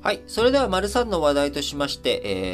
はい。それでは、丸3の話題としまして、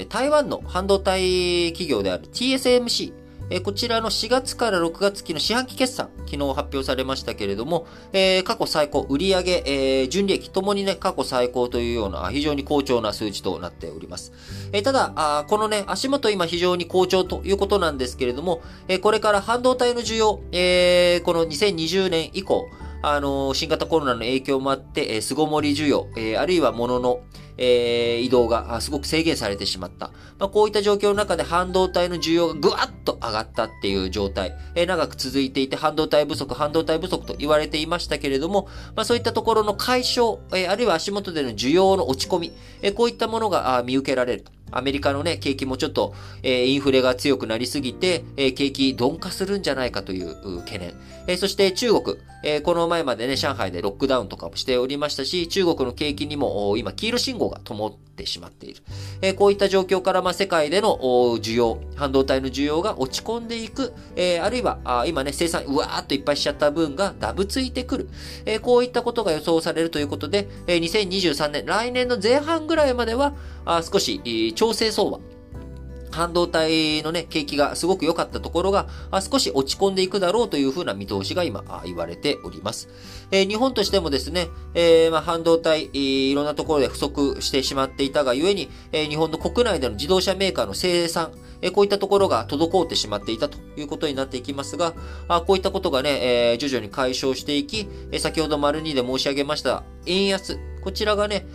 台湾の半導体企業である TSMC。こちらの4月から6月期の四半期決算、昨日発表されましたけれども、過去最高、売上、純利益ともにね、過去最高というような非常に好調な数値となっております。ただ、このね、足元今非常に好調ということなんですけれども、これから半導体の需要、この2020年以降、新型コロナの影響もあって、巣ごもり需要、あるいは物の、移動がすごく制限されてしまった。こういった状況の中で半導体の需要がぐわっと上がったっていう状態、長く続いていて半導体不足と言われていましたけれども、そういったところの解消、あるいは足元での需要の落ち込み、こういったものが見受けられると。アメリカのね、景気もちょっと、インフレが強くなりすぎて、景気鈍化するんじゃないかという懸念。そして中国、この前までね、上海でロックダウンとかもしておりましたし、中国の景気にも今黄色信号が灯ってしまっている。こういった状況から世界での需要、半導体の需要が落ち込んでいく、あるいは今ね、生産うわーっといっぱいしちゃった分がダブついてくる。こういったことが予想されるということで、2023年、来年の前半ぐらいまでは、少し、調整相場。半導体のね、景気がすごく良かったところが、少し落ち込んでいくだろうというふうな見通しが今、言われております。日本としてもですね、半導体、いろんなところで不足してしまっていたがゆえに、日本の国内での自動車メーカーの生産、こういったところが滞ってしまっていたということになっていきますが、こういったことがね、徐々に解消していき、先ほど丸2で申し上げました、円安。こちらがね、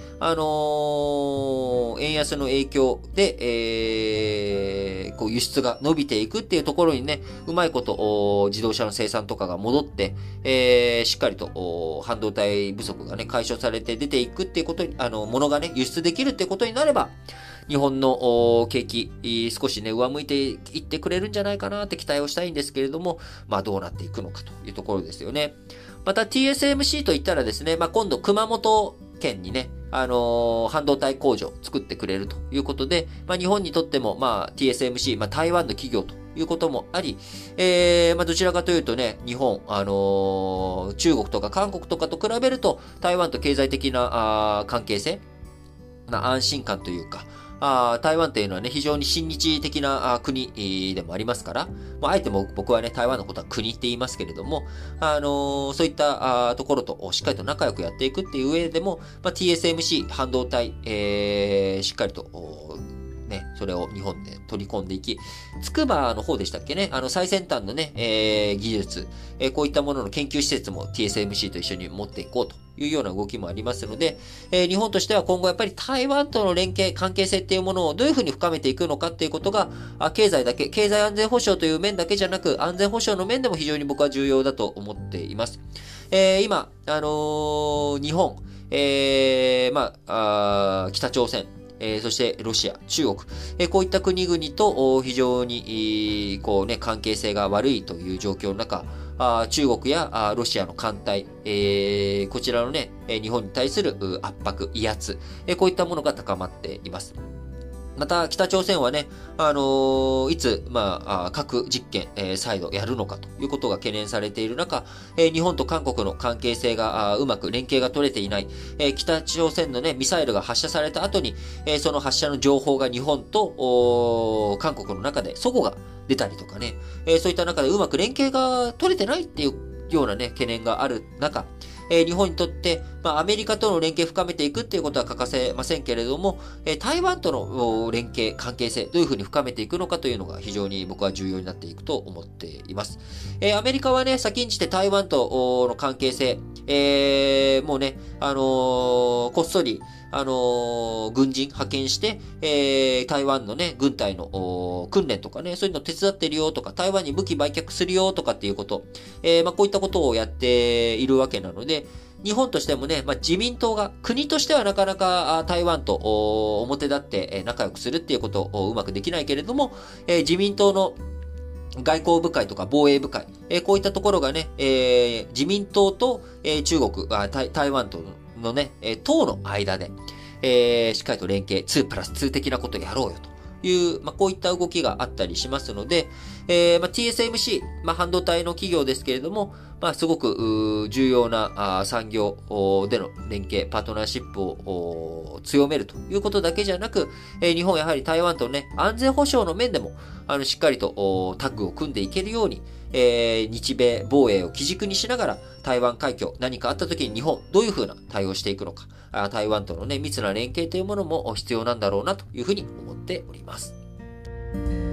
円安の影響で、こう輸出が伸びていくっていうところにね、うまいこと、自動車の生産とかが戻って、しっかりと、半導体不足がね、解消されて出ていくっていうことに、物がね、輸出できるっていうことになれば、日本の景気、少しね、上向いていってくれるんじゃないかなって期待をしたいんですけれども、どうなっていくのかというところですよね。また TSMC といったらですね、今度熊本県にね、半導体工場を作ってくれるということで、日本にとっても、TSMC、台湾の企業ということもあり、どちらかというとね、日本、中国とか韓国とかと比べると、台湾と経済的な関係性、安心感というか、台湾というのはね、非常に親日的な国でもありますから、あえても僕はね、台湾のことは国って言いますけれども、そういったところとしっかりと仲良くやっていくっていう上でも、TSMC 半導体、しっかりと、ね、それを日本で取り込んでいき、つくばの方でしたっけね、最先端のね、技術、こういったものの研究施設も TSMC と一緒に持っていこうというような動きもありますので、日本としては今後やっぱり台湾との連携、関係性っていうものをどういうふうに深めていくのかっていうことが、経済安全保障という面だけじゃなく、安全保障の面でも非常に僕は重要だと思っています。今、日本、北朝鮮、そしてロシア、中国、こういった国々と非常に、関係性が悪いという状況の中、中国やロシアの艦隊、こちらのね、日本に対する圧迫、威圧、こういったものが高まっています。また、北朝鮮はね、いつ、核実験、再度やるのかということが懸念されている中、日本と韓国の関係性がうまく連携が取れていない、北朝鮮のね、ミサイルが発射された後に、その発射の情報が日本と韓国の中で齟齬が出たりとかね、そういった中でうまく連携が取れてないっていうようなね、懸念がある中、日本にとって、アメリカとの連携を深めていくっていうことは欠かせませんけれども、台湾との連携、関係性、どういうふうに深めていくのかというのが非常に僕は重要になっていくと思っています。アメリカはね、先んじて台湾との関係性、もうね、こっそり、軍人派遣して、台湾のね、軍隊の訓練とかね、そういうの手伝ってるよとか、台湾に武器売却するよとかっていうこと、こういったことをやっているわけなので、日本としてもね、自民党が、国としてはなかなか台湾と表立って仲良くするっていうことをうまくできないけれども、自民党の外交部会とか防衛部会、こういったところがね、自民党と中国、台湾とのね、党の間で、しっかりと連携、2+2的なことをやろうよいう、こういった動きがあったりしますので、TSMC、半導体の企業ですけれども、すごく重要な産業での連携、パートナーシップを強めるということだけじゃなく、日本やはり台湾とね、安全保障の面でも、しっかりとタッグを組んでいけるように、日米防衛を基軸にしながら、台湾海峡、何かあった時に日本、どういうふうな対応していくのか、台湾とのね、密な連携というものも必要なんだろうなというふうに思っております。